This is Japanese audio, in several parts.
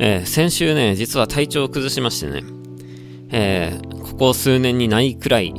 先週ね、実は体調を崩しましてね、ここ数年にないくらい、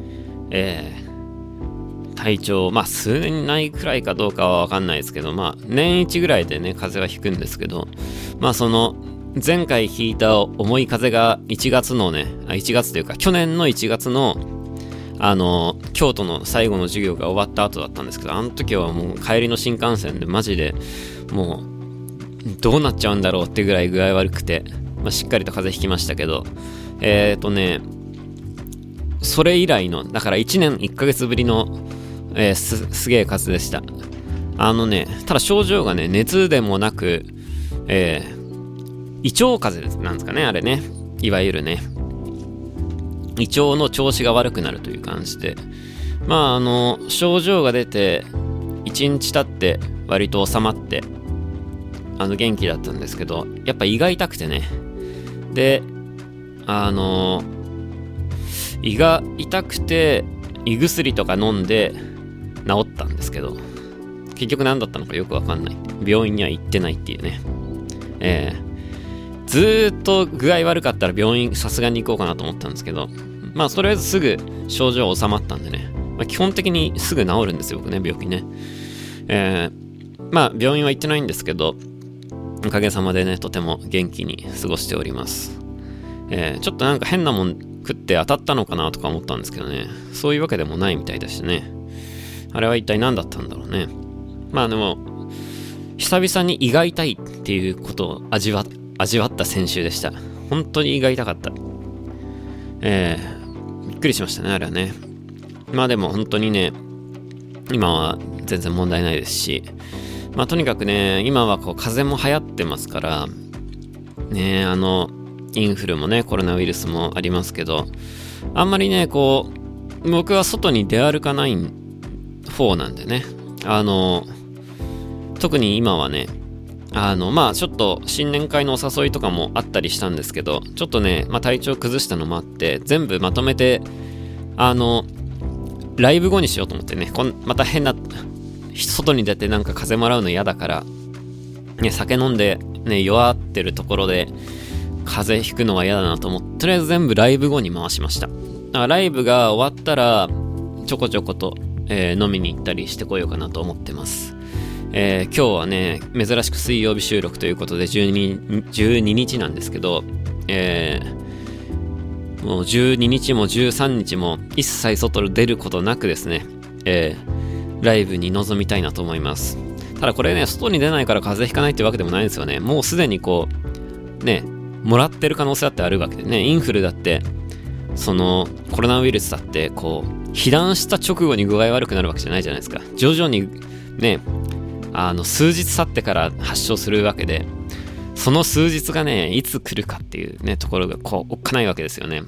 体調、数年にないくらいかどうかはわかんないですけど、年一ぐらいでね、風邪はひくんですけど、その、前回ひいた重い風が1月というか、去年の1月の、京都の最後の授業が終わった後だったんですけど、あの時はもう帰りの新幹線でマジで、もう、どうなっちゃうんだろうってぐらい具合悪くて、しっかりと風邪ひきましたけど、それ以来の、だから1年1ヶ月ぶりの、すげえ風邪でした。ただ症状がね、熱でもなく、胃腸風邪なんですかね、あれね。いわゆるね。胃腸の調子が悪くなるという感じで。症状が出て、1日経って割と収まって、元気だったんですけど、やっぱ胃が痛くてね。で、胃が痛くて、胃薬とか飲んで治ったんですけど、結局何だったのかよくわかんない。病院には行ってないっていうね。ずーっと具合悪かったら病院さすがに行こうかなと思ったんですけど、とりあえずすぐ症状収まったんでね。基本的にすぐ治るんですよ、僕ね、病気ね。病院は行ってないんですけど、おかげさまでね、とても元気に過ごしております。ちょっとなんか変なもん食って当たったのかなとか思ったんですけどね、そういうわけでもないみたいだしね。あれは一体何だったんだろうね。でも、久々に胃が痛いっていうことを味わった先週でした。本当に胃が痛かった。びっくりしましたね、あれはね。でも本当にね、今は全然問題ないですし、とにかくね、今は風邪も流行ってますから、ね、インフルもね、コロナウイルスもありますけど、あんまりね、僕は外に出歩かない方なんでね、特に今はね、ちょっと新年会のお誘いとかもあったりしたんですけど、ちょっとね、体調崩したのもあって、全部まとめて、ライブ後にしようと思ってね、また変な、外に出てなんか風もらうの嫌だから、ね、酒飲んで、ね、弱ってるところで、風邪ひくのは嫌だなと思って、とりあえず全部ライブ後に回しました。だからライブが終わったら、ちょこちょこと、飲みに行ったりしてこようかなと思ってます。今日はね、珍しく水曜日収録ということで12日なんですけど、もう12日も13日も一切外に出ることなくですね、ライブに臨みたいなと思います。ただこれね、外に出ないから風邪ひかないってわけでもないんですよね。もうすでにもらってる可能性だってあるわけでね、インフルだって、コロナウイルスだって、被弾した直後に具合悪くなるわけじゃないじゃないですか。徐々にね、数日経ってから発症するわけで、その数日がね、いつ来るかっていうね、ところがおっかないわけですよね。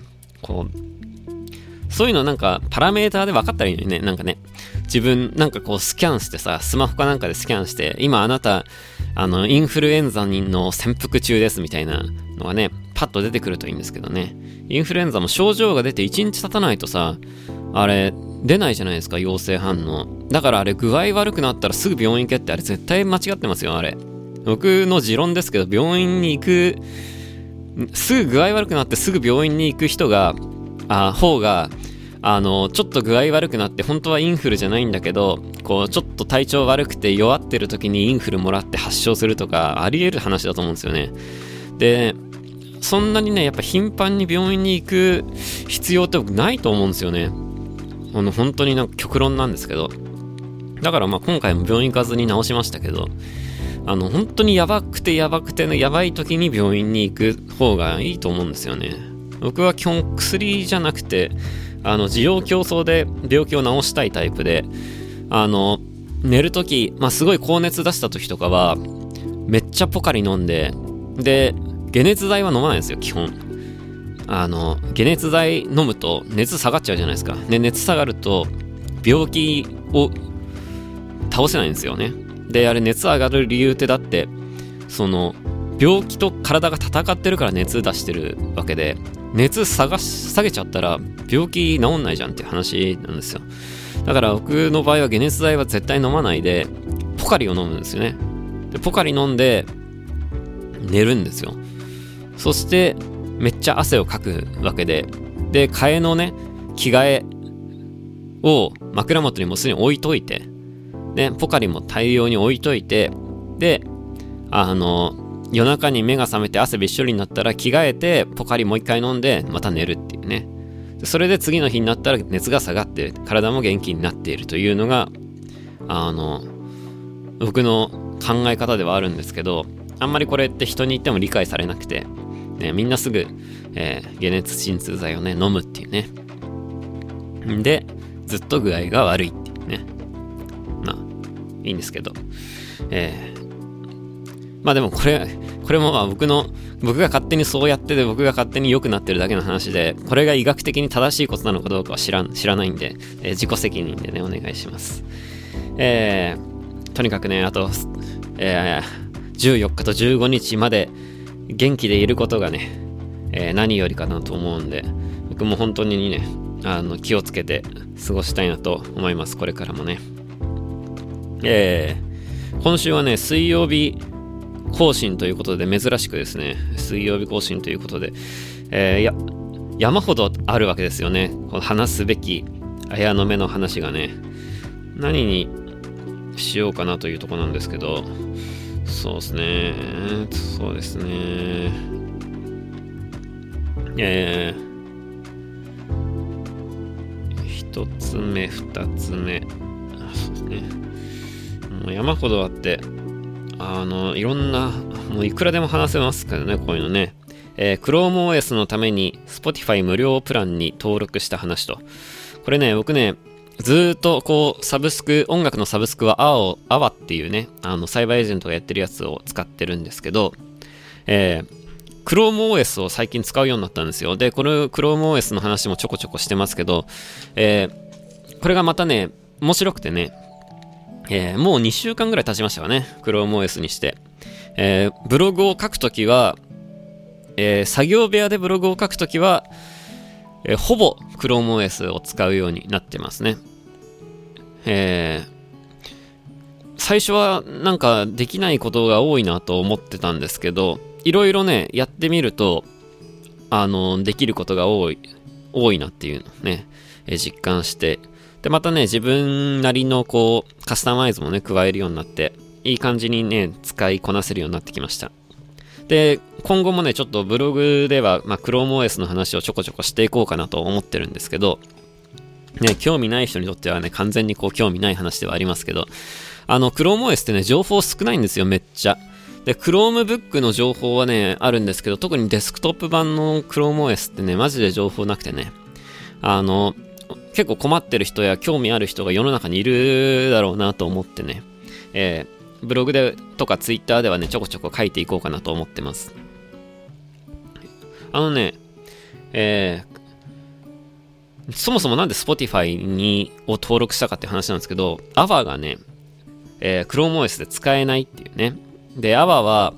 そういうのなんか、パラメーターで分かったらいいのにね、なんかね、自分なんかスキャンしてさ、スマホかなんかでスキャンして、今あなた、インフルエンザの潜伏中ですみたいなのがね、パッと出てくるといいんですけどね。インフルエンザも症状が出て1日経たないとさ、あれ、出ないじゃないですか、陽性反応。だからあれ、具合悪くなったらすぐ病院行けって、あれ絶対間違ってますよ、あれ。僕の持論ですけど、病院に行く、すぐ具合悪くなってすぐ病院に行く人が、方が、ちょっと具合悪くなって、本当はインフルじゃないんだけど、ちょっと体調悪くて弱ってる時にインフルもらって発症するとか、あり得る話だと思うんですよね。で、そんなにね、やっぱ頻繁に病院に行く必要って僕ないと思うんですよね。本当になんか極論なんですけど。だから今回も病院行かずに治しましたけど、本当にやばくてやばい時に病院に行く方がいいと思うんですよね。僕は基本薬じゃなくて、需要競争で病気を治したいタイプで、寝る時、すごい高熱出した時とかは、めっちゃポカリ飲んで、で、解熱剤は飲まないんですよ、基本。解熱剤飲むと熱下がっちゃうじゃないですか。で、熱下がると病気を倒せないんですよね。で、あれ熱上がる理由ってだって、病気と体が戦ってるから熱出してるわけで、熱下げちゃったら病気治んないじゃんっていう話なんですよ。だから僕の場合は解熱剤は絶対飲まないで、ポカリを飲むんですよね。で、ポカリ飲んで寝るんですよ。 そしてめっちゃ汗をかくわけで、で替えのね着替えを枕元にもすでに置いといて、でポカリも大量に置いといて、で夜中に目が覚めて汗びっしょりになったら着替えてポカリもう一回飲んでまた寝るっていうね。それで次の日になったら熱が下がって体も元気になっているというのが僕の考え方ではあるんですけど、あんまりこれって人に言っても理解されなくて、ね、みんなすぐ、解熱鎮痛剤をね飲むっていうね。でずっと具合が悪いっていうね。まあいいんですけど、まあでもこれもまあ僕が勝手にそうやってて、僕が勝手に良くなってるだけの話で、これが医学的に正しいことなのかどうかは知らないんで、自己責任でねお願いします。とにかくね、あと、14日と15日まで元気でいることがね、何よりかなと思うんで、僕も本当にね気をつけて過ごしたいなと思います。これからもね。今週はね水曜日更新ということで、珍しくですね水曜日更新ということで、山ほどあるわけですよね。この話すべき綾の目の話がね、何にしようかなというところなんですけど、そうですね一つ目二つ目、そうですね、もう山ほどあって、いろんなもういくらでも話せますからね、こういうのね。ChromeOS のために Spotify 無料プランに登録した話と。これね、僕ねずーっとこう音楽のサブスクはAWAっていうねサイバーエージェントがやってるやつを使ってるんですけど、ChromeOS を最近使うようになったんですよ。でこの ChromeOS の話もちょこちょこしてますけど、これがまたね面白くてね、もう2週間ぐらい経ちましたかね、 ChromeOS にして。ブログを書くときは、作業部屋でブログを書くときはほぼ ChromeOS を使うようになってますね。最初はなんかできないことが多いなと思ってたんですけど、いろいろねやってみるとできることが多いなっていうのね、実感して、でまたね自分なりのこうカスタマイズもね加えるようになって、いい感じにね使いこなせるようになってきました。で今後もねちょっとブログでは、ChromeOS の話をちょこちょこしていこうかなと思ってるんですけどね、興味ない人にとってはね完全にこう興味ない話ではありますけど、ChromeOS ってね情報少ないんですよ、めっちゃ。で Chromebook の情報はねあるんですけど、特にデスクトップ版の ChromeOS ってねマジで情報なくてね、結構困ってる人や興味ある人が世の中にいるだろうなと思ってね、ブログでとかツイッターではねちょこちょこ書いていこうかなと思ってます。そもそもなんで Spotify を登録したかって話なんですけど、AWA がね、ChromeOS で使えないっていうね。で AWA は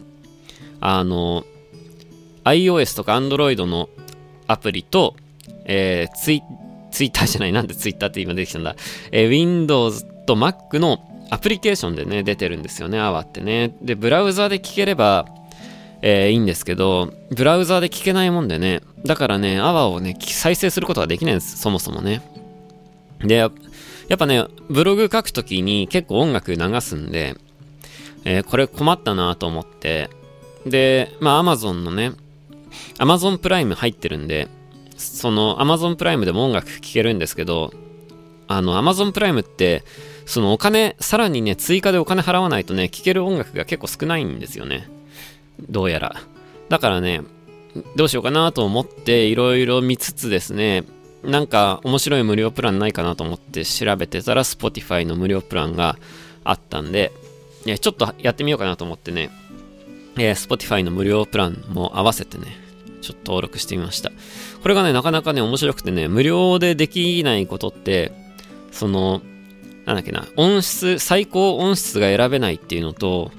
iOS とか Android のアプリと、ツイッターじゃない、なんでツイッターって今出てきたんだ、Windows と Mac のアプリケーションでね出てるんですよね、AWAってね。でブラウザで聞ければ、いいんですけど、ブラウザで聞けないもんでね、だからね AWA をね再生することができないんです、そもそもね。でやっぱねブログ書くときに結構音楽流すんで、これ困ったなと思って、でAmazon のね Amazon プライム入ってるんで、その Amazon プライムでも音楽聴けるんですけど、Amazon プライムってそのお金さらにね追加でお金払わないとね聴ける音楽が結構少ないんですよね、どうやら。だからねどうしようかなと思っていろいろ見つつですね、なんか面白い無料プランないかなと思って調べてたら Spotify の無料プランがあったんで、ちょっとやってみようかなと思ってね、Spotify の無料プランも合わせてねちょっと登録してみました。これがねなかなかね面白くてね、無料でできないことってそのなんだっけな、最高音質が選べないっていうのと、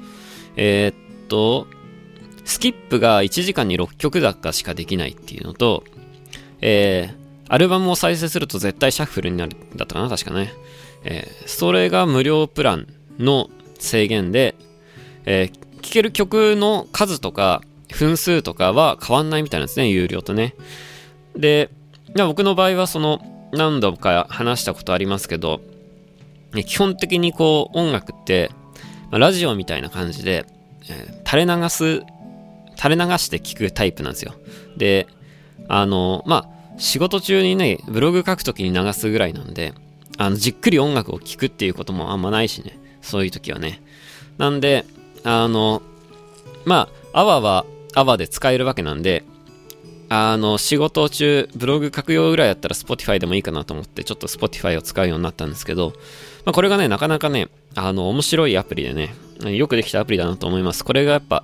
スキップが1時間に6曲だかしかできないっていうのと、アルバムを再生すると絶対シャッフルになるんだったかな、確かね。それが無料プランの制限で、聴ける曲の数とか分数とかは変わんないみたいなんですね、有料とね。で、僕の場合は何度か話したことありますけど、基本的に音楽って、ラジオみたいな感じで、垂れ流して聞くタイプなんですよ。で、仕事中にね、ブログ書くときに流すぐらいなんで、じっくり音楽を聴くっていうこともあんまないしね、そういう時はね。なんで、アワはアワで使えるわけなんで、仕事中、ブログ書くよぐらいだったら Spotify でもいいかなと思って、ちょっと Spotify を使うようになったんですけど、これがね、なかなかね、面白いアプリでね、よくできたアプリだなと思います。これがやっぱ、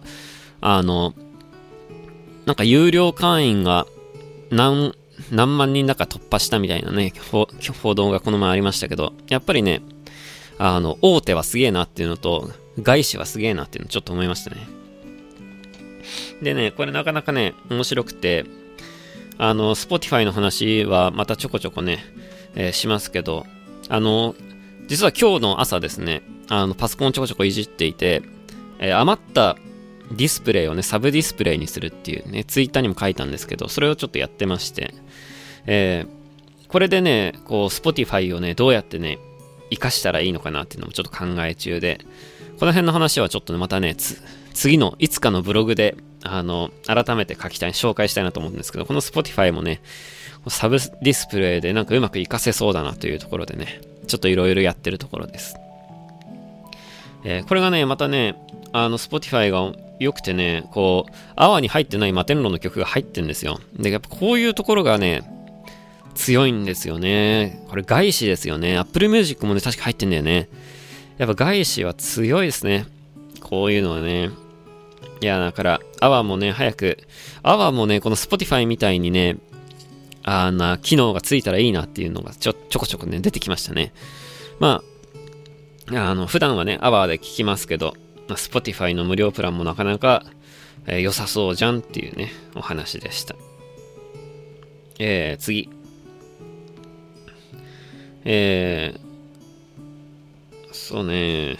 なんか有料会員が何万人だか突破したみたいなね、報道がこの前ありましたけど、やっぱりね、大手はすげえなっていうのと、外資はすげえなっていうのちょっと思いましたね。でね、これなかなかね、面白くて、Spotify の話はまたちょこちょこね、しますけど、実は今日の朝ですね、パソコンをちょこちょこいじっていて、余ったディスプレイをね、サブディスプレイにするっていうね、ツイッターにも書いたんですけど、それをちょっとやってまして、これでね、Spotify をね、どうやってね、活かしたらいいのかなっていうのもちょっと考え中で、この辺の話はちょっとね、またね、次のいつかのブログで、改めて紹介したいなと思うんですけど、この Spotify もね、サブディスプレイでなんかうまく活かせそうだなというところでね、ちょっといろいろやってるところです。これがね、またね、Spotify が良くてね、アワーに入ってない摩天楼の曲が入ってるんですよ。で、やっぱこういうところがね、強いんですよね。これ外資ですよね。Apple Music もね、確か入ってんだよね。やっぱ外資は強いですね。こういうのはね。いや、だから、アワーもね、アワーもね、この Spotify みたいにね、機能がついたらいいなっていうのがちょこちょこね、出てきましたね。普段はね、アワーで聞きますけど、Spotify の無料プランもなかなか、良さそうじゃんっていうね、お話でした。次。そうね。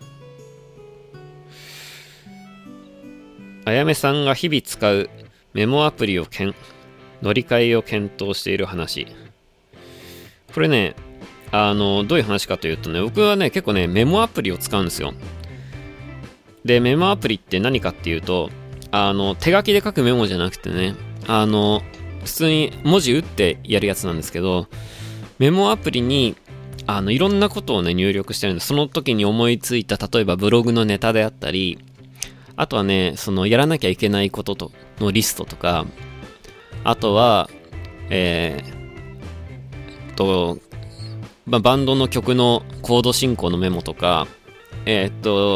あやめさんが日々使うメモアプリを乗り換えを検討している話。これね、どういう話かというとね、僕はね、結構ね、メモアプリを使うんですよ。で、メモアプリって何かっていうと、手書きで書くメモじゃなくてね、普通に文字打ってやるやつなんですけど、メモアプリに、いろんなことをね、入力してるんです。その時に思いついた、例えばブログのネタであったり、あとはね、やらなきゃいけないことのリストとか、あとは、バンドの曲のコード進行のメモとか、セ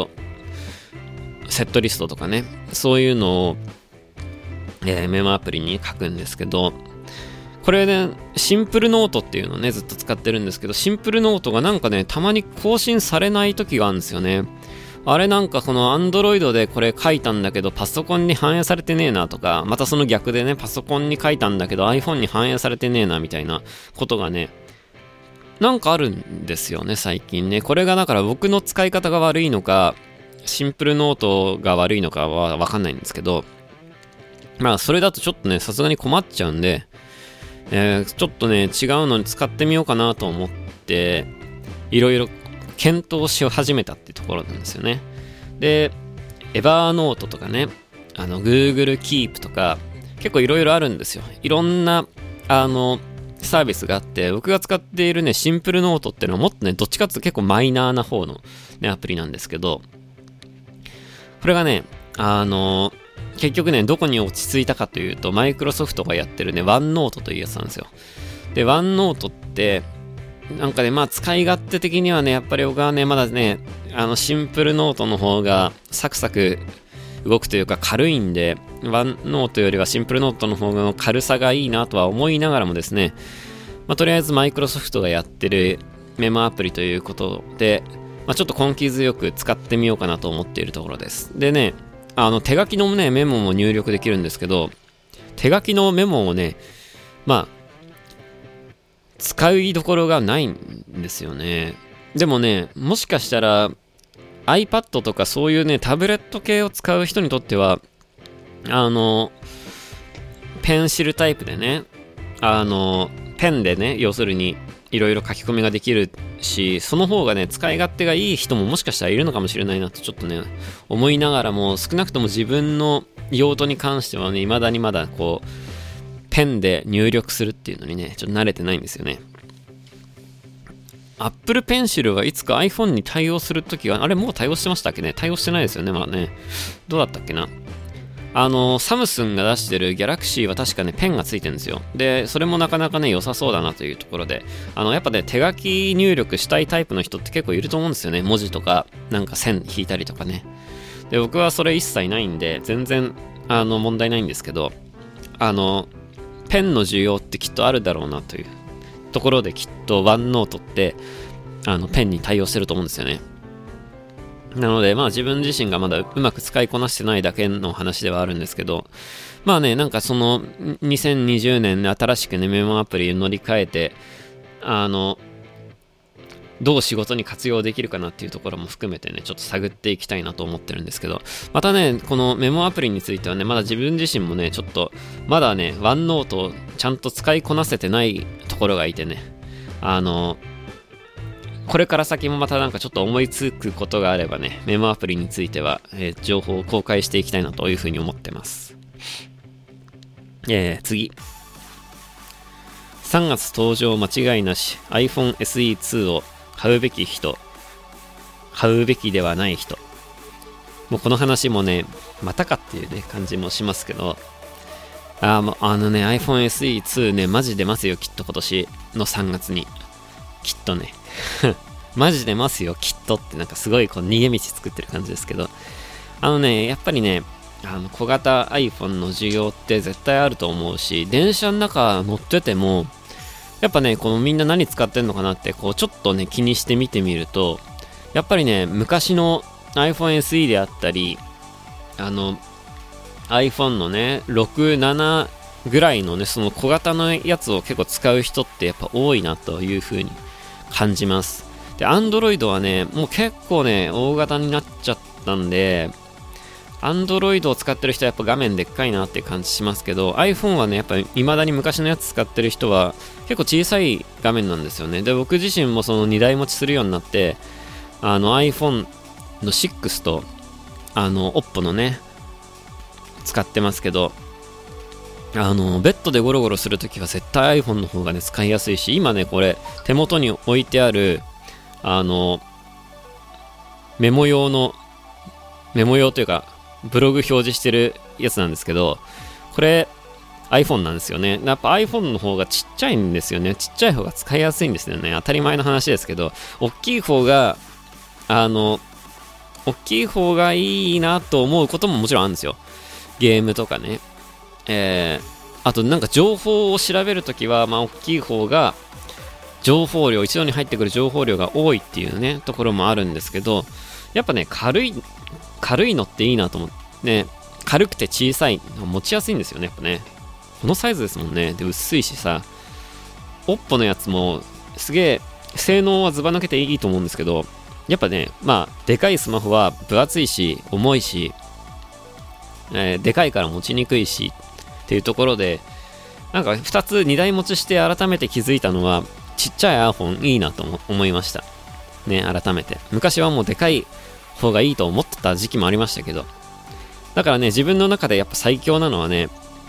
ットリストとかね、そういうのを、メモアプリに書くんですけど、これね、シンプルノートっていうのをね、ずっと使ってるんですけど、シンプルノートがなんかね、たまに更新されない時があるんですよね。あれなんかこの Android でこれ書いたんだけどパソコンに反映されてねえなとか、またその逆でね、パソコンに書いたんだけど iPhone に反映されてねえなみたいなことがね、なんかあるんですよね、最近ね。これがだから僕の使い方が悪いのか、シンプルノートが悪いのかはわかんないんですけど、それだとちょっとね、さすがに困っちゃうんで、ちょっとね、違うのに使ってみようかなと思って、いろいろ検討し始めたっていうところなんですよね。で、エバーノートとかね、Google Keep とか、結構いろいろあるんですよ。いろんな、サービスがあって、僕が使っているね、シンプルノートっていうのはもっとね、どっちかっていうと結構マイナーな方のね、アプリなんですけど、これがね、結局ね、どこに落ち着いたかというと、マイクロソフトがやってるね、ワンノートというやつなんですよ。で、ワンノートって、なんかね、使い勝手的にはね、やっぱり僕はね、まだね、シンプルノートの方がサクサク動くというか軽いんで、ワンノートよりはシンプルノートの方の軽さがいいなとは思いながらもですね、とりあえずマイクロソフトがやってるメモアプリということで、ちょっと根気強く使ってみようかなと思っているところです。でね、手書きのね、メモも入力できるんですけど、手書きのメモをね、使いどころがないんですよね。でもね、もしかしたら iPad とかそういうね、タブレット系を使う人にとっては、 ペンシルタイプでね、ペンでね、要するにいろいろ書き込みができるし、その方がね、使い勝手がいい人ももしかしたらいるのかもしれないなとちょっとね、思いながらも、少なくとも自分の用途に関してはね、未だにまだこう、ペンで入力するっていうのにね、ちょっと慣れてないんですよね。Apple Pencil はいつか iPhone に対応するときは、あれもう対応してましたっけね？対応してないですよね、まだね。どうだったっけな？サムスンが出してる Galaxy は確かね、ペンがついてるんですよ。で、それもなかなかね、良さそうだなというところで、やっぱね、手書き入力したいタイプの人って結構いると思うんですよね。文字とか、なんか線引いたりとかね。で、僕はそれ一切ないんで、全然、問題ないんですけど、ペンの需要ってきっとあるだろうなというところで、きっとワンノートって、ペンに対応してると思うんですよね。なので、まあ自分自身がまだうまく使いこなしてないだけの話ではあるんですけど、まあね、なんかその2020年で新しくね、メモアプリ乗り換えて、どう仕事に活用できるかなっていうところも含めてね、ちょっと探っていきたいなと思ってるんですけど、またね、このメモアプリについてはね、まだ自分自身もね、ちょっと、まだね、ワンノートをちゃんと使いこなせてないところがいてね、これから先もまたなんかちょっと思いつくことがあればね、メモアプリについては、情報を公開していきたいなというふうに思ってます。次。3月登場間違いなし iPhone SE2 を買うべき人、買うべきではない人。もうこの話もね、またかっていうね、感じもしますけど、iPhone SE2 ね、マジ出ますよ、きっと今年の3月に。きっとね。マジ出ますよ、きっとってなんかすごいこう逃げ道作ってる感じですけど、やっぱりね、小型 iPhone の需要って絶対あると思うし、電車の中乗ってても、やっぱね、このみんな何使ってんのかなって、こうちょっとね、気にして見てみると、やっぱりね、昔の iPhone SE であったり、iPhone のね、6、7ぐらいのね、その小型のやつを結構使う人ってやっぱ多いなという風に感じます。で、Android はね、もう結構ね、大型になっちゃったんで、Android を使ってる人はやっぱ画面でっかいなって感じしますけど、iPhone はね、やっぱり未だに昔のやつ使ってる人は結構小さい画面なんですよね。で、僕自身もその2台持ちするようになって、iPhone の6と、Oppo のね、使ってますけど、ベッドでゴロゴロするときは絶対 iPhone の方がね、使いやすいし、今ね、これ、手元に置いてある、メモ用というか、ブログ表示してるやつなんですけど、これ、iPhone なんですよね。やっぱ iPhone の方がちっちゃいんですよね。ちっちゃい方が使いやすいんですよね。当たり前の話ですけど、大きい方がいいなと思うことももちろんあるんですよ。ゲームとかね。あとなんか情報を調べるときは、まあ大きい方が情報量、一度に入ってくる情報量が多いっていうね、ところもあるんですけど、やっぱね、軽いのっていいなと思って、ね、軽くて小さい、持ちやすいんですよね、やっぱね。このサイズですもんね。で、薄いしさ、Oppo のやつも、すげえ、性能はずば抜けていいと思うんですけど、やっぱね、まあ、でかいスマホは分厚いし、重いし、でかいから持ちにくいし、っていうところで、なんか2台持ちして改めて気づいたのは、ちっちゃい iPhone いいなと思いました。ね、改めて。昔はもうでかい方がいいと思ってた時期もありましたけど、だからね、自分の中でやっぱ最強なのはね、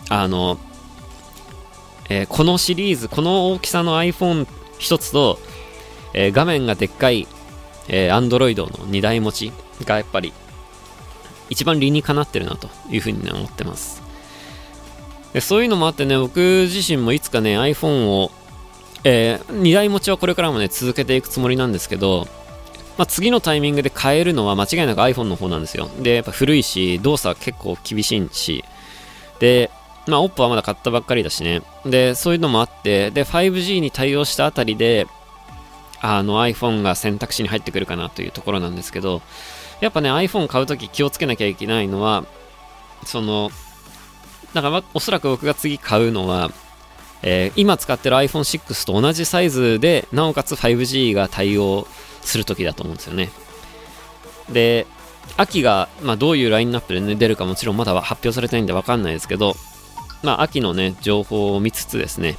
このシリーズ、この大きさの iPhone 一つと、画面がでっかい、Android の2台持ちがやっぱり一番理にかなってるなというふうに、ね、思ってます。でそういうのもあってね、僕自身もいつかね iPhone を、2台持ちはこれからもね続けていくつもりなんですけど、まあ、次のタイミングで変えるのは間違いなく iPhone の方なんですよ。でやっぱ古いし動作結構厳しいし、でまあ Oppo はまだ買ったばっかりだしね。でそういうのもあって、で 5G に対応したあたりでiPhone が選択肢に入ってくるかなというところなんですけど、やっぱね iPhone 買うとき気をつけなきゃいけないのは、だからおそらく僕が次買うのは、今使ってる iPhone6 と同じサイズでなおかつ 5G が対応するときだと思うんですよね。で秋が、どういうラインナップで、ね、出るかもちろんまだは発表されてないんで分かんないですけど、秋のね情報を見つつですね、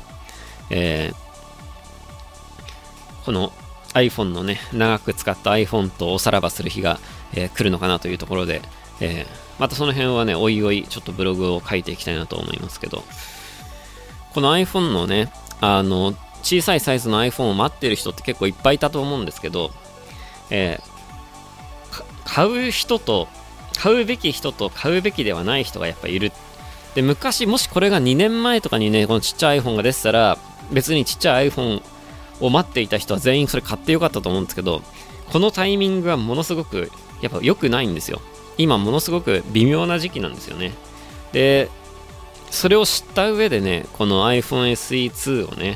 この iPhone のね長く使った iPhone とおさらばする日が、来るのかなというところで、またその辺はねおいおいちょっとブログを書いていきたいなと思いますけど、この iPhone のね小さいサイズの iPhone を待ってる人って結構いっぱいいたと思うんですけど、買う人と買うべき人と買うべきではない人がやっぱいる。で、昔もしこれが2年前とかにねこのちっちゃい iPhone が出てたら、別にちっちゃい iPhone を待っていた人は全員それ買ってよかったと思うんですけど、このタイミングはものすごくやっぱ良くないんですよ。今ものすごく微妙な時期なんですよね。でそれを知った上でねこの iPhone SE2 をね、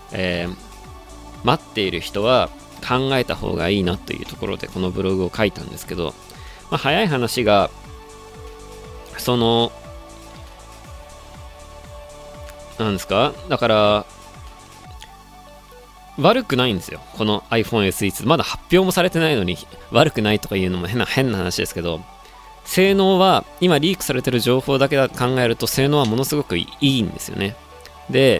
待っている人は考えた方がいいなというところでこのブログを書いたんですけど、早い話がなんですか、だから悪くないんですよこの iPhone SE2。まだ発表もされてないのに悪くないとかいうのも変な話ですけど、性能は今リークされてる情報だけ考えると性能はものすごくいいんですよね。で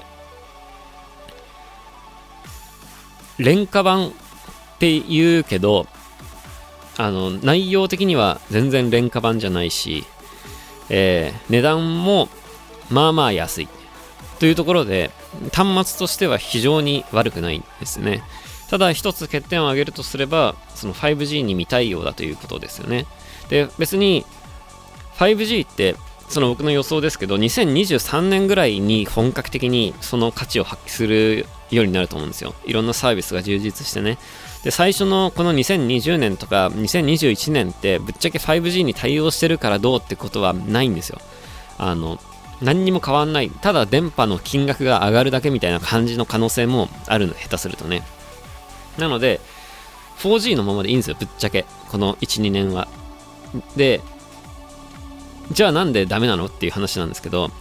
廉価版って言うけど内容的には全然廉価版じゃないし、値段もまあまあ安いというところで端末としては非常に悪くないですね。ただ一つ欠点を挙げるとすればその 5G に未対応だということですよね。で別に 5G ってその僕の予想ですけど2023年ぐらいに本格的にその価値を発揮するようになると思うんですよ。いろんなサービスが充実してね。で最初のこの2020年とか2021年ってぶっちゃけ 5G に対応してるからどうってことはないんですよ。何にも変わんない、ただ電波の金額が上がるだけみたいな感じの可能性もあるの、下手するとね。なので 4G のままでいいんですよぶっちゃけこの 1,2 年は。でじゃあなんでダメなのっていう話なんですけど、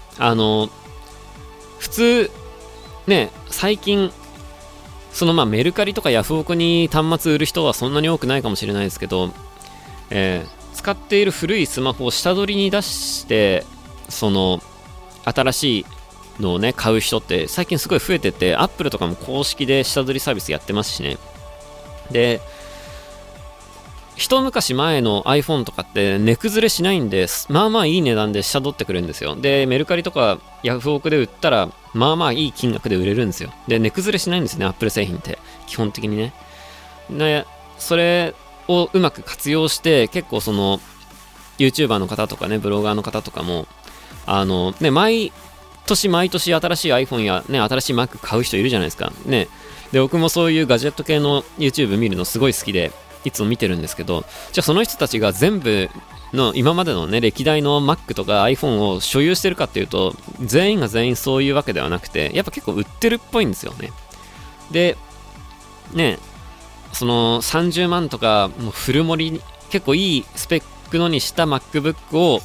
普通ね最近そのメルカリとかヤフオクに端末売る人はそんなに多くないかもしれないですけど、使っている古いスマホを下取りに出してその新しいのをね買う人って最近すごい増えてて、アップルとかも公式で下取りサービスやってますしね。で一昔前の iPhone とかって値崩れしないんでまあまあいい値段で下取ってくるんですよ。でメルカリとかヤフオクで売ったらまあまあいい金額で売れるんですよ。で値崩れしないんですねアップル製品って基本的にね。それをうまく活用して結構その YouTuber の方とかねブロガーの方とかも毎年新しい iPhone や、ね、新しい Mac 買う人いるじゃないですかね。で僕もそういうガジェット系の YouTube 見るのすごい好きでいつも見てるんですけど、じゃあその人たちが全部の今までのね歴代の Mac とか iPhone を所有してるかっていうと全員が全員そういうわけではなくて、やっぱ結構売ってるっぽいんですよね。でねその30万とかもうフル盛り結構いいスペックのにした MacBook を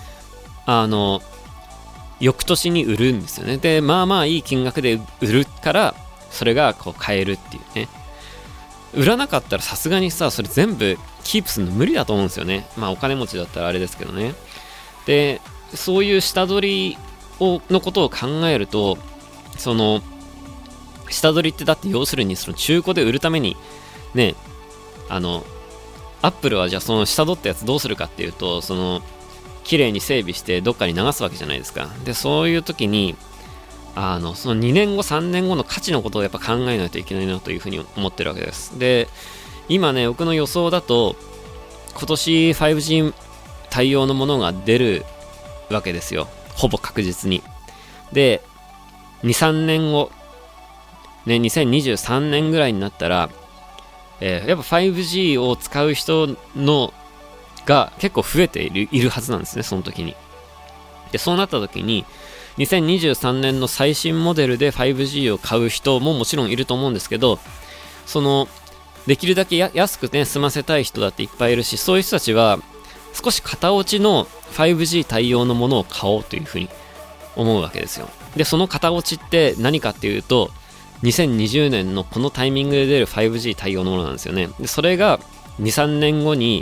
翌年に売るんですよね。でまあまあいい金額で売るからそれがこう買えるっていうね。売らなかったらさすがにさそれ全部キープするの無理だと思うんですよね。お金持ちだったらあれですけどね。でそういう下取りのことを考えるとその下取りってだって要するにその中古で売るためにねアップルはじゃあその下取ったやつどうするかっていうとその綺麗に整備してどっかに流すわけじゃないですか。でそういう時にその2年後3年後の価値のことをやっぱ考えないといけないなというふうに思ってるわけです。で今ね僕の予想だと今年 5G 対応のものが出るわけですよほぼ確実に。で 2,3 年後ね2023年ぐらいになったら、やっぱ 5G を使う人のが結構増えているはずなんですねその時に。でそうなった時に2023年の最新モデルで 5G を買う人ももちろんいると思うんですけど、そのできるだけ安くね済ませたい人だっていっぱいいるし、そういう人たちは少し型落ちの 5G 対応のものを買おうというふうに思うわけですよ。でその型落ちって何かっていうと2020年のこのタイミングで出る 5G 対応のものなんですよね。でそれが 2,3 年後に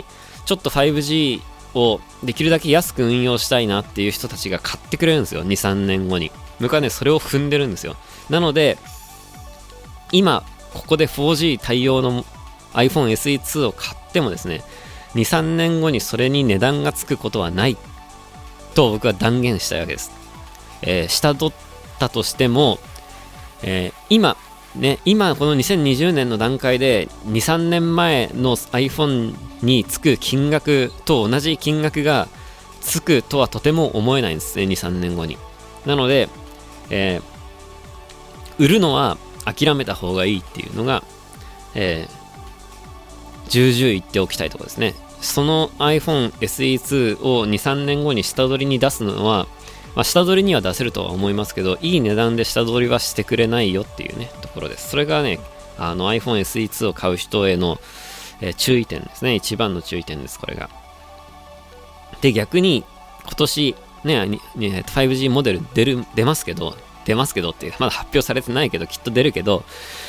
ちょっと 5G をできるだけ安く運用したいなっていう人たちが買ってくれるんですよ、2、3年後に。僕はね、それを踏んでるんですよ。なので、今、ここで 4G 対応の iPhone SE2 を買ってもですね、2、3年後にそれに値段がつくことはないと僕は断言したいわけです。下取ったとしても、今この2020年の段階で2、3年前の iPhone につく金額と同じ金額がつくとはとても思えないんですね、2、3年後に。なので、売るのは諦めた方がいいっていうのが、重々言っておきたいところですね。その iPhone SE2 を2、3年後に下取りに出すのは、下取りには出せるとは思いますけど、いい値段で下取りはしてくれないよっていうね、ところです。それがね、iPhone SE2 を買う人への、注意点ですね。一番の注意点です、これが。で、逆に、今年、5G モデル出ますけどっていう、まだ発表されてないけど、きっと出るけど、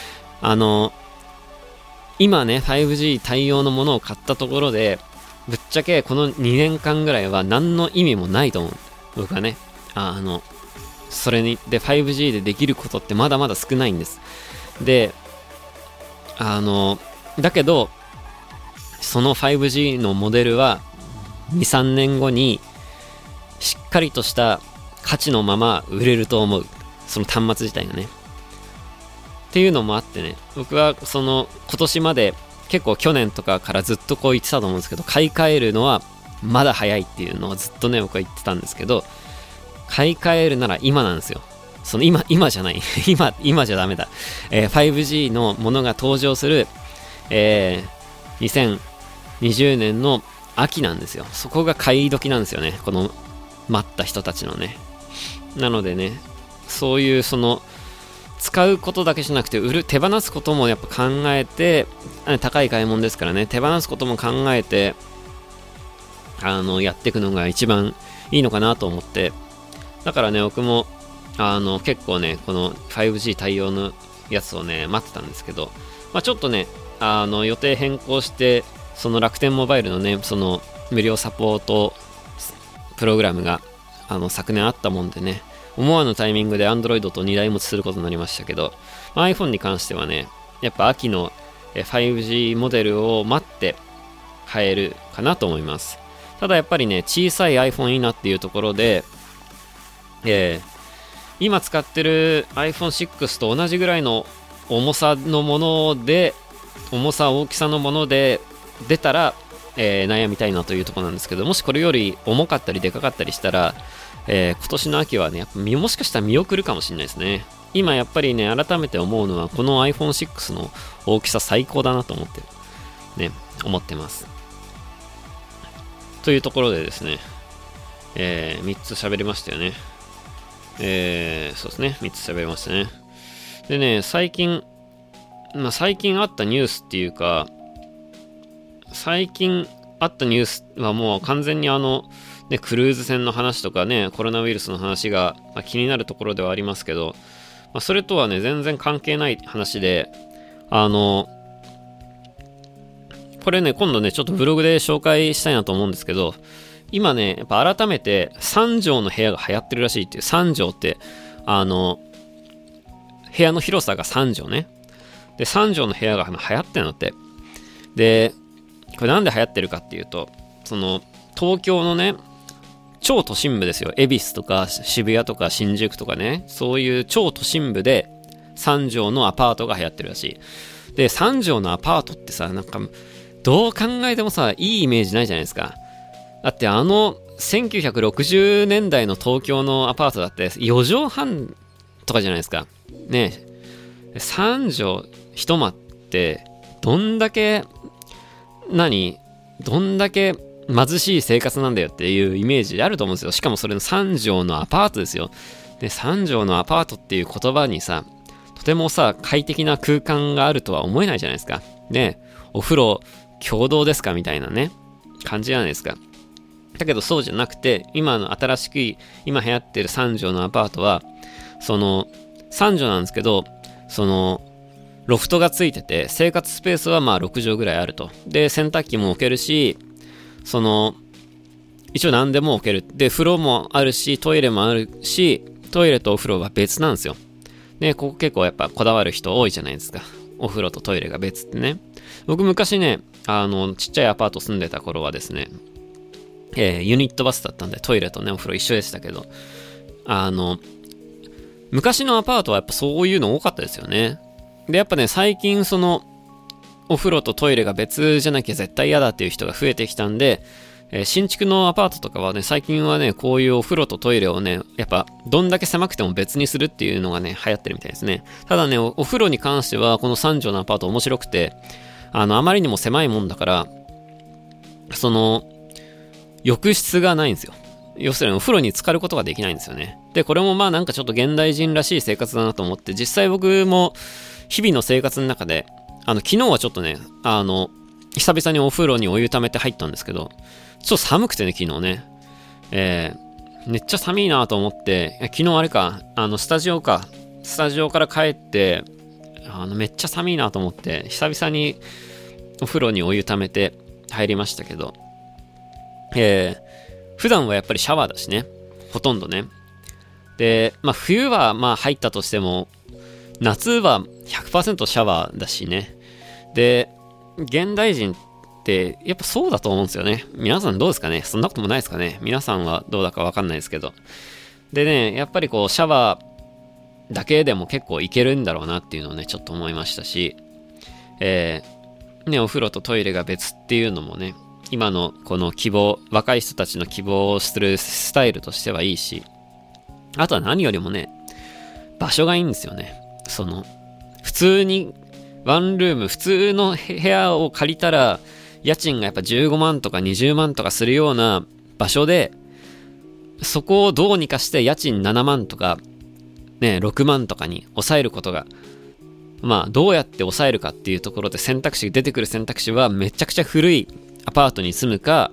今ね、5G 対応のものを買ったところで、ぶっちゃけこの2年間ぐらいは何の意味もないと思う。僕はね。それに、で、5G でできることってまだまだ少ないんです。で、だけど、その 5G のモデルは、2、3年後に、しっかりとした価値のまま売れると思う。その端末自体がね。っていうのもあってね、僕は今年まで結構去年とかからずっとこう言ってたと思うんですけど、買い替えるのはまだ早いっていうのをずっとね、僕は言ってたんですけど、買い替えるなら今なんですよ。今じゃない。今じゃダメだ。5G のものが登場する、2020年の秋なんですよ。そこが買い時なんですよね。この待った人たちのね。なのでね、そういう使うことだけじゃなくて手放すこともやっぱ考えて、高い買い物ですからね、手放すことも考えてやっていくのが一番いいのかなと思って、だからね、僕も結構ね、この 5G 対応のやつをね待ってたんですけど、ちょっとね予定変更して、その楽天モバイルのね、その無料サポートプログラムが昨年あったもんでね、思わぬタイミングで Android と2台持ちすることになりましたけど、iPhone に関してはね、やっぱ秋の 5G モデルを待って買えるかなと思います。ただやっぱりね、小さい iPhone いいなっていうところで、今使ってる iPhone6 と同じぐらいの重さのもので、大きさのもので出たら、悩みたいなというところなんですけど、もしこれより重かったりでかかったりしたら、今年の秋はね、やっぱもしかしたら見送るかもしれないですね。今やっぱりね、改めて思うのは、この iPhone6 の大きさ最高だなと思ってます。というところでですね、3つ喋りましたよね。そうですね、3つ喋りましたね。でね、最近あったニュースっていうか、最近あったニュースはもう完全にクルーズ船の話とかね、コロナウイルスの話が、気になるところではありますけど、それとはね、全然関係ない話で、これね、今度ね、ちょっとブログで紹介したいなと思うんですけど、今ね、やっぱ改めて3畳の部屋が流行ってるらしいっていう。3畳って、部屋の広さが3畳ね。で、3畳の部屋が流行ってるのって。で、これなんで流行ってるかっていうと、東京のね、超都心部ですよ。恵比寿とか渋谷とか新宿とかね、そういう超都心部で3畳のアパートが流行ってるらしい。で、3畳のアパートってさ、なんか、どう考えてもさ、いいイメージないじゃないですか。だって1960年代の東京のアパートだって4畳半とかじゃないですか。ねえ。3畳一間って、どんだけ貧しい生活なんだよっていうイメージあると思うんですよ。しかもそれの3畳のアパートですよ。で、3畳のアパートっていう言葉にさ、とてもさ、快適な空間があるとは思えないじゃないですか。ね、お風呂共同ですかみたいなね、感じじゃないですか。だけどそうじゃなくて、今の新しく、今流行ってる3畳のアパートは、3畳なんですけど、ロフトがついてて、生活スペースは6畳ぐらいあると。で、洗濯機も置けるし、 一応何でも置ける。で、風呂もあるし、トイレもあるし、トイレとお風呂は別なんですよ。で、ここ結構やっぱこだわる人多いじゃないですか。お風呂とトイレが別ってね。僕昔ね、ちっちゃいアパート住んでた頃はですね、ユニットバスだったんで、トイレとね、お風呂一緒でしたけど、昔のアパートはやっぱそういうの多かったですよね。で、やっぱね、最近お風呂とトイレが別じゃなきゃ絶対嫌だっていう人が増えてきたんで、新築のアパートとかはね、最近はね、こういうお風呂とトイレをね、やっぱ、どんだけ狭くても別にするっていうのがね、流行ってるみたいですね。ただね、お風呂に関しては、この3畳のアパート面白くて、あまりにも狭いもんだから、浴室がないんですよ。要するにお風呂に浸かることができないんですよね。で、これもまあなんかちょっと現代人らしい生活だなと思って、実際僕も日々の生活の中で、昨日はちょっとね、久々にお風呂にお湯溜めて入ったんですけど、ちょっと寒くてね、昨日ね。めっちゃ寒いなと思って、昨日あれか、スタジオから帰って、めっちゃ寒いなと思って、久々にお風呂にお湯溜めて入りましたけど、普段はやっぱりシャワーだしね、ほとんどね。で、まあ冬はまあ入ったとしても、夏は 100% シャワーだしね。で、現代人ってやっぱそうだと思うんですよね。皆さんどうですかね？そんなこともないですかね？皆さんはどうだかわかんないですけど。でね、やっぱりこうシャワーだけでも結構いけるんだろうなっていうのをね、ちょっと思いましたし、ね、お風呂とトイレが別っていうのもね、今のこの若い人たちの希望をするスタイルとしてはいいし、あとは何よりもね、場所がいいんですよね。普通にワンルーム、普通の部屋を借りたら、家賃がやっぱ15万とか20万とかするような場所で、そこをどうにかして家賃7万とか、ね、6万とかに抑えることが、まあ、どうやって抑えるかっていうところで出てくる選択肢はめちゃくちゃ古いアパートに住むか、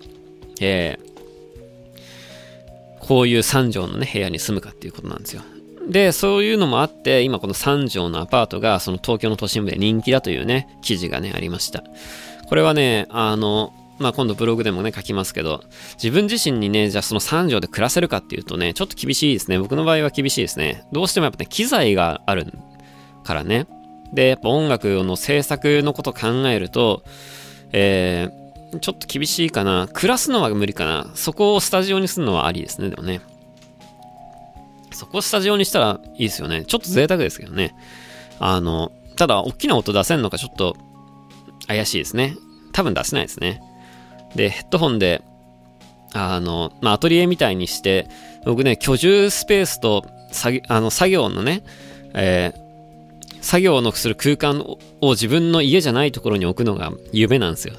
こういう3畳のね、部屋に住むかっていうことなんですよ。で、そういうのもあって、今この3畳のアパートが、東京の都心部で人気だというね、記事がね、ありました。これはね、まあ、今度ブログでもね、書きますけど、自分自身にね、じゃあその3畳で暮らせるかっていうとね、ちょっと厳しいですね。僕の場合は厳しいですね。どうしてもやっぱね、機材があるからね。で、やっぱ音楽の制作のことを考えると、ちょっと厳しいかな。暮らすのは無理かな。そこをスタジオにするのはありですね、でもね。そこをスタジオにしたらいいですよね。ちょっと贅沢ですけどね。ただ、大きな音出せるのかちょっと怪しいですね。多分出せないですね。で、ヘッドホンで、まあ、アトリエみたいにして、僕ね、居住スペースと、作業のね、作業のする空間を自分の家じゃないところに置くのが夢なんですよ。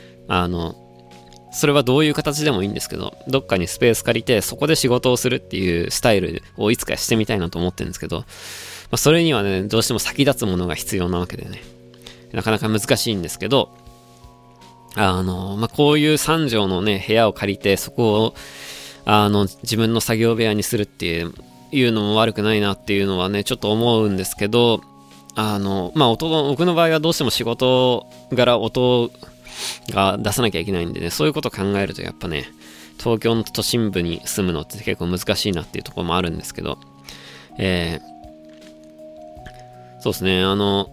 それはどういう形でもいいんですけど、どっかにスペース借りて、そこで仕事をするっていうスタイルをいつかしてみたいなと思ってるんですけど、まあ、それにはね、どうしても先立つものが必要なわけでね、なかなか難しいんですけど、まあ、こういう3畳のね、部屋を借りて、そこを、自分の作業部屋にするっていうのも悪くないなっていうのはね、ちょっと思うんですけど、まあ、僕の場合はどうしても仕事柄音が出さなきゃいけないんでね、そういうことを考えるとやっぱね、東京の都心部に住むのって結構難しいなっていうところもあるんですけど、そうですね、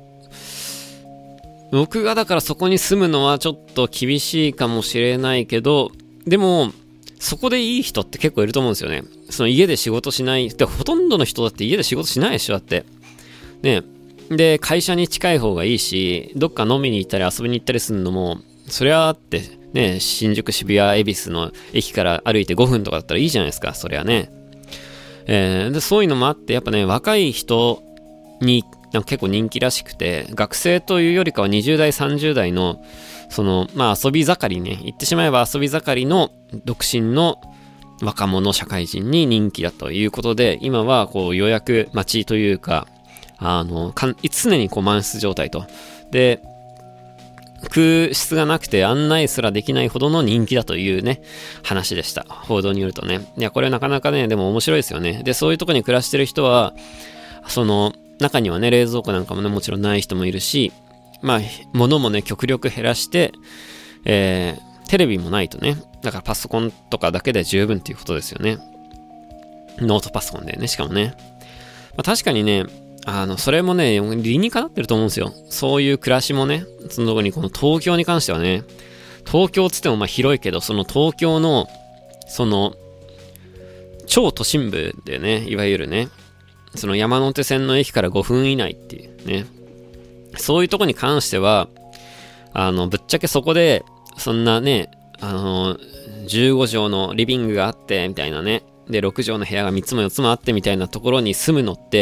僕がだからそこに住むのはちょっと厳しいかもしれないけど、でも、そこでいい人って結構いると思うんですよね。その家で仕事しない、でほとんどの人だって家で仕事しないでしょ、だって。ね。で、会社に近い方がいいし、どっか飲みに行ったり遊びに行ったりするのも、そりゃあって、ね、新宿、渋谷、恵比寿の駅から歩いて5分とかだったらいいじゃないですか、そりゃね。で、そういうのもあって、やっぱね、若い人になんか結構人気らしくて、学生というよりかは20代、30代の、まあ遊び盛りね、言ってしまえば遊び盛りの独身の若者社会人に人気だということで、今はこう予約待ちというか、常にこう満室状態と。で、空室がなくて案内すらできないほどの人気だというね、話でした。報道によるとね。いや、これなかなかね、でも面白いですよね。で、そういうとこに暮らしてる人は、中にはね、冷蔵庫なんかもね、もちろんない人もいるし、まあ、物もね、極力減らして、手テレビもないとね。だからパソコンとかだけで十分っていうことですよね。ノートパソコンでね、しかもね。確かにね、それもね、理にかなってると思うんですよ。そういう暮らしもね、その特にこの東京に関してはね、東京つっても広いけど、その東京の、その、超都心部でね、いわゆるね、その山手線の駅から5分以内っていうね、そういうとこに関しては、ぶっちゃけそこで、そんなね、15畳のリビングがあって、みたいなね、で、6畳の部屋が3つも4つもあってみたいなところに住むのって、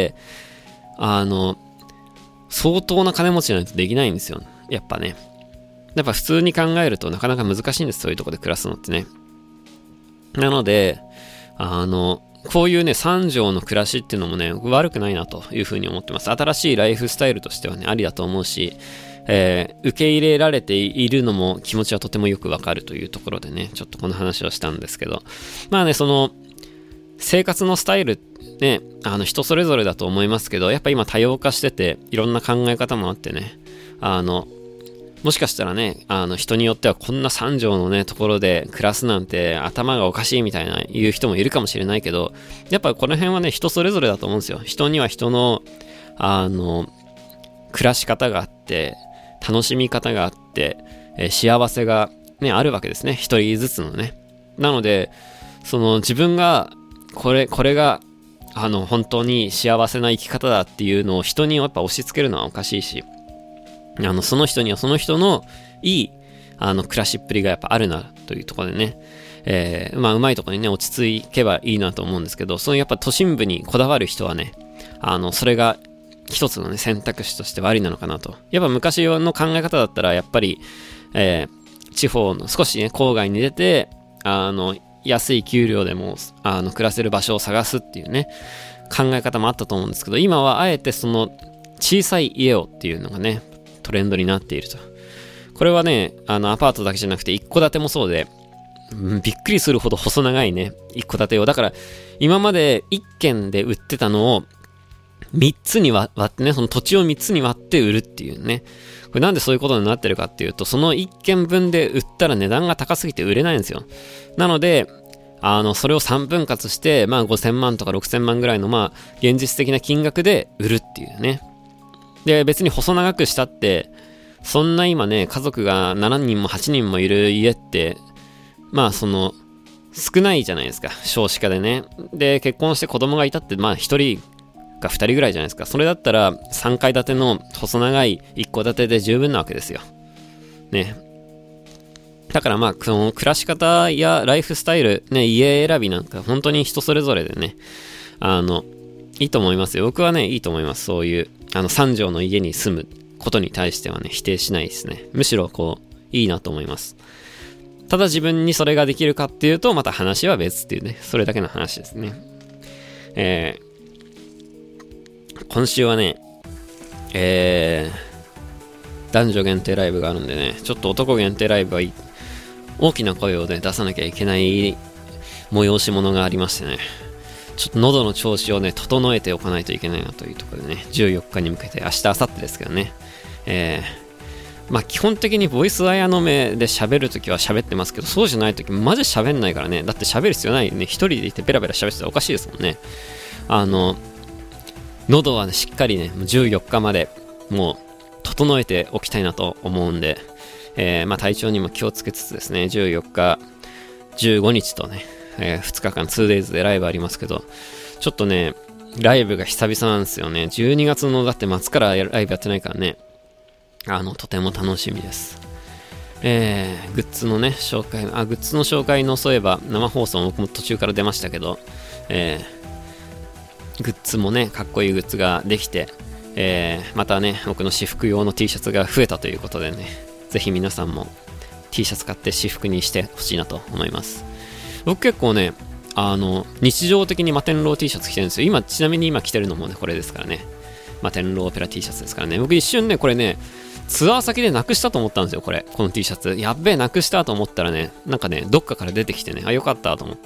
相当な金持ちじゃないとできないんですよ。やっぱね。やっぱ普通に考えるとなかなか難しいんです。そういうところで暮らすのってね。なので、こういうね、3畳の暮らしっていうのもね、悪くないなというふうに思ってます。新しいライフスタイルとしてはね、ありだと思うし、受け入れられているのも気持ちはとてもよくわかるというところでね、ちょっとこの話をしたんですけど、まあね、その、生活のスタイルね、人それぞれだと思いますけど、やっぱ今多様化してて、いろんな考え方もあってね、もしかしたらね、人によってはこんな3畳のね、ところで暮らすなんて頭がおかしいみたいな言う人もいるかもしれないけど、やっぱこの辺はね、人それぞれだと思うんですよ。人には人の、暮らし方があって、楽しみ方があって、幸せがね、あるわけですね。一人ずつのね。なので、その自分が、これが、本当に幸せな生き方だっていうのを人にやっぱ押し付けるのはおかしいし、その人にはその人のいい、暮らしっぷりがやっぱあるなというところでね、うまいところにね、落ち着けばいいなと思うんですけど、そのやっぱ都心部にこだわる人はね、それが一つのね、選択肢としてはありなのかなと。やっぱ昔の考え方だったら、やっぱり、地方の少しね、郊外に出て、安い給料でも、暮らせる場所を探すっていうね、考え方もあったと思うんですけど、今はあえてその、小さい家をっていうのがね、トレンドになっていると。これはね、アパートだけじゃなくて一戸建てもそうで、びっくりするほど細長いね、一戸建てを。だから、今まで一軒で売ってたのを、3つに割ってね、その土地を3つに割って売るっていうね。これなんでそういうことになってるかっていうと、その1軒分で売ったら値段が高すぎて売れないんですよ。なので、それを3分割して、5000万とか6000万ぐらいの、現実的な金額で売るっていうね。で、別に細長くしたって、そんな今ね、家族が7人も8人もいる家って、少ないじゃないですか。少子化でね。で、結婚して子供がいたって、1人か2人ぐらいじゃないですか。それだったら、3階建ての細長い1戸建てで十分なわけですよ。ね。だからその暮らし方やライフスタイル、ね、家選びなんか、本当に人それぞれでね、いいと思いますよ。僕はね、いいと思います。そういう、3畳の家に住むことに対してはね、否定しないですね。むしろいいなと思います。ただ自分にそれができるかっていうと、また話は別っていうね、それだけの話ですね。今週はね、男女限定ライブがあるんでね、ちょっと男限定ライブは大きな声をね、出さなきゃいけない催し物がありましてね、ちょっと喉の調子をね、整えておかないといけないなというところでね、14日に向けて、明日、明後日ですけどね、基本的にボイスアヤの目で喋るときは喋ってますけど、そうじゃないときマジ喋んないからね。だって喋る必要ないね。一人でいてベラベラ喋ってたらおかしいですもんね。喉はね、しっかりね、14日までもう整えておきたいなと思うんで、体調にも気をつけつつですね、14日、15日とね、2日間 2days でライブありますけど、ちょっとね、ライブが久々なんですよね。12月のだって末からライブやってないからね、とても楽しみです。グッズのね、紹介、グッズの紹介のそういえば生放送僕も途中から出ましたけど、グッズもね、かっこいいグッズができて、またね、僕の私服用の T シャツが増えたということでね、ぜひ皆さんも T シャツ買って私服にしてほしいなと思います。僕結構ね、日常的にマテンロー T シャツ着てるんですよ。ちなみに今着てるのもね、これですからね。マテンローオペラ T シャツですからね。僕一瞬ね、これね、ツアー先でなくしたと思ったんですよ、この T シャツ。やっべえ、なくしたと思ったらね、なんかね、どっかから出てきてね、よかったと思って、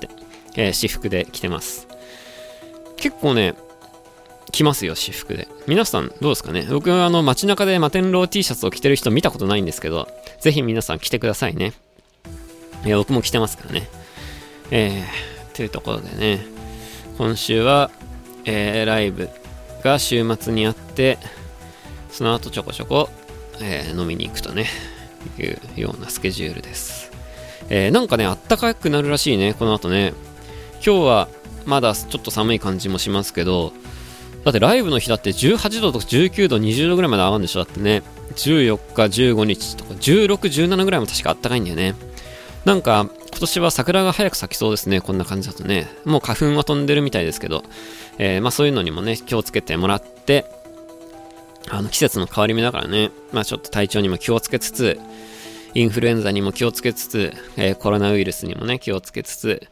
私服で着てます。結構ね、着ますよ、私服で。皆さんどうですかね。僕は街中でマテンロー T シャツを着てる人見たことないんですけど、ぜひ皆さん着てくださいね。 僕も来てますからね。というところでね、今週は、ライブが週末にあって、その後ちょこちょこ、飲みに行くとね、いうようなスケジュールです。なんかね、あったかくなるらしいね、この後ね。今日はまだちょっと寒い感じもしますけど、だってライブの日だって18度とか19度、20度ぐらいまで上がるんでしょ。だってね、14日、15日とか16、17ぐらいも確かあったかいんだよね。なんか今年は桜が早く咲きそうですね。こんな感じだとね。もう花粉は飛んでるみたいですけど、そういうのにもね、気をつけてもらって、季節の変わり目だからね、ちょっと体調にも気をつけつつ、インフルエンザにも気をつけつつ、コロナウイルスにもね、気をつけつつ、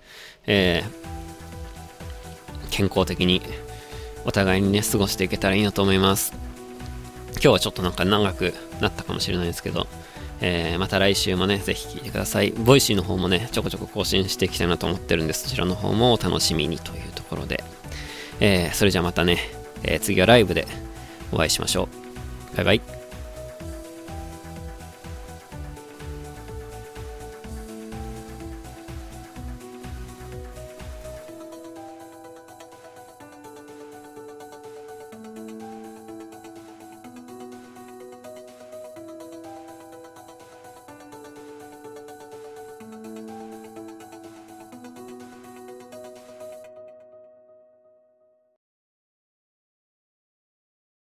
健康的にお互いにね、過ごしていけたらいいなと思います。今日はちょっとなんか長くなったかもしれないですけど、また来週もね、ぜひ聞いてください。ボイシーの方もね、ちょこちょこ更新していきたいなと思ってるんで、そちらの方もお楽しみにというところで、それじゃあまたね、次はライブでお会いしましょう。バイバイ。